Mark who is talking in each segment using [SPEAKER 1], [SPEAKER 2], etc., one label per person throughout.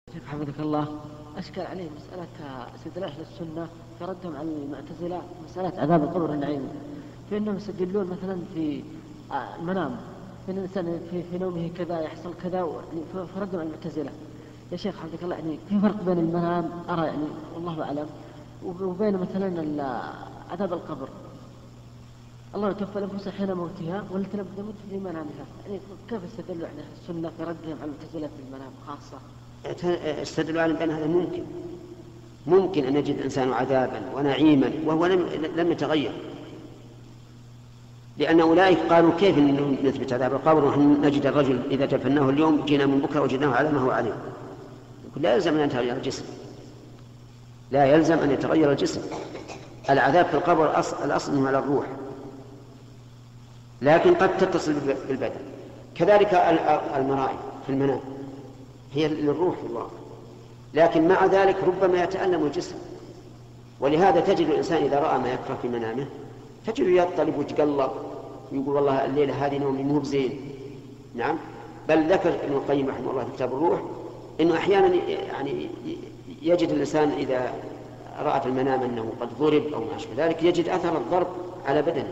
[SPEAKER 1] شيخ حفظك الله، أشكل عليه مسألة استدلال أهل السنة كردهم على المعتزلة مسألة عذاب القبر والنعيم، فإنهم يستدلون مثلا في المنام، في الإنسان في نومه كذا يحصل كذا، يعني فردهم على المعتزلة. يا شيخ حفظك الله، يعني في فرق بين المنام أرى يعني والله أعلم وبين مثلا عذاب القبر. الله يتوفى الأنفس حين موتها والتي لم تمت في منامها، يعني كيف استدلوا على أهل السنة في ردهم على المعتزلة في المنام خاصة؟
[SPEAKER 2] استدلوا على بأن هذا ممكن أن يجد الإنسان عذابا ونعيما وهو لم يتغير، لأن أولئك قالوا كيف نثبت عذاب القبر ونحن نجد الرجل إذا دفناه اليوم جينا من بكرة وجدناه على ما هو عليه. لا يلزم أن يتغير الجسم، لا يلزم أن يتغير الجسم. العذاب في القبر الأصل أنه على الروح، لكن قد تتصل بالبدن. كذلك المرائي في المنام هي للروح في الواقع، لكن مع ذلك ربما يتألم الجسم. ولهذا تجد الإنسان إذا رأى ما يكره في منامه تجد يضطرب ويتقلب ويقول والله الليلة هذه نومي مو بزين. نعم، بل ذكر ابن القيم رحمه الله في كتاب الروح إنه أحيانا يعني يجد الإنسان إذا رأى في المنام أنه قد ضرب أو ما أشبه ذلك يجد أثر الضرب على بدنه.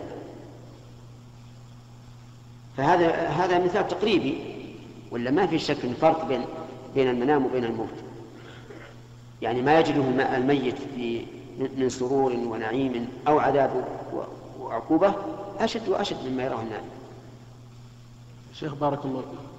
[SPEAKER 2] فهذا مثال تقريبي، ولا ما في شك فرق بين المنام وبين الموت. يعني ما يجده الميت من سرور ونعيم أو عذاب وعقوبة أشد وأشد مما يراه النائم.
[SPEAKER 3] شيخ بارك الله فيك.